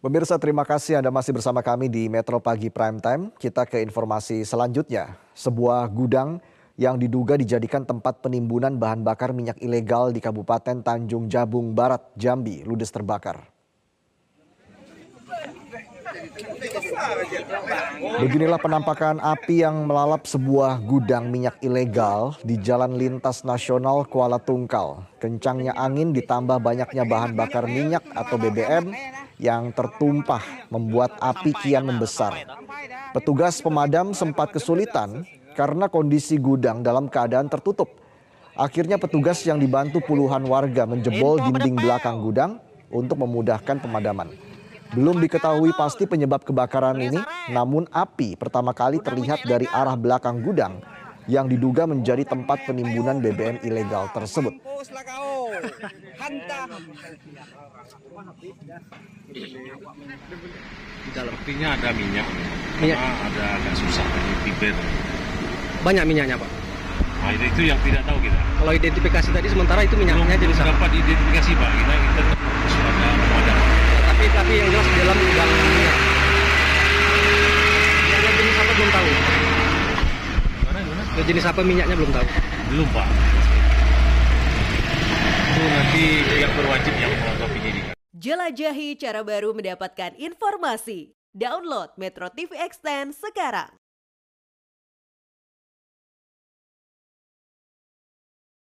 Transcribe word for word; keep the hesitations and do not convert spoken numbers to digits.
Pemirsa, terima kasih Anda masih bersama kami di Metro Pagi Prime Time. Kita ke informasi selanjutnya. Sebuah gudang yang diduga dijadikan tempat penimbunan bahan bakar minyak ilegal di Kabupaten Tanjung Jabung Barat, Jambi, ludes terbakar. Beginilah penampakan api yang melalap sebuah gudang minyak ilegal di Jalan Lintas Nasional Kuala Tungkal. Kencangnya angin ditambah banyaknya bahan bakar minyak atau B B M yang tertumpah membuat api kian membesar. Petugas pemadam sempat kesulitan karena kondisi gudang dalam keadaan tertutup. Akhirnya petugas yang dibantu puluhan warga menjebol dinding belakang gudang untuk memudahkan pemadaman. Belum diketahui pasti penyebab kebakaran ini, namun api pertama kali terlihat dari arah belakang gudang yang diduga menjadi tempat penimbunan B B M ilegal tersebut. Di dalam apinya ada minyak, minyak. Ada agak susah dari piper. Banyak minyaknya, Pak? Nah, itu, itu yang tidak tahu kita. Kalau identifikasi tadi sementara itu minyaknya jenis apa? Dapat identifikasi, Pak. Kita kita sudah pemadam. Tapi tapi yang jelas di dalam gudang minyak. Minyaknya jenis apa belum tahu. Gimana, gimana? Jenis apa minyaknya belum tahu. Belum, Pak. Itu nanti yang berwajib yang melakukan penyidikan. Jelajahi cara baru mendapatkan informasi. Download Metro T V Extend sekarang.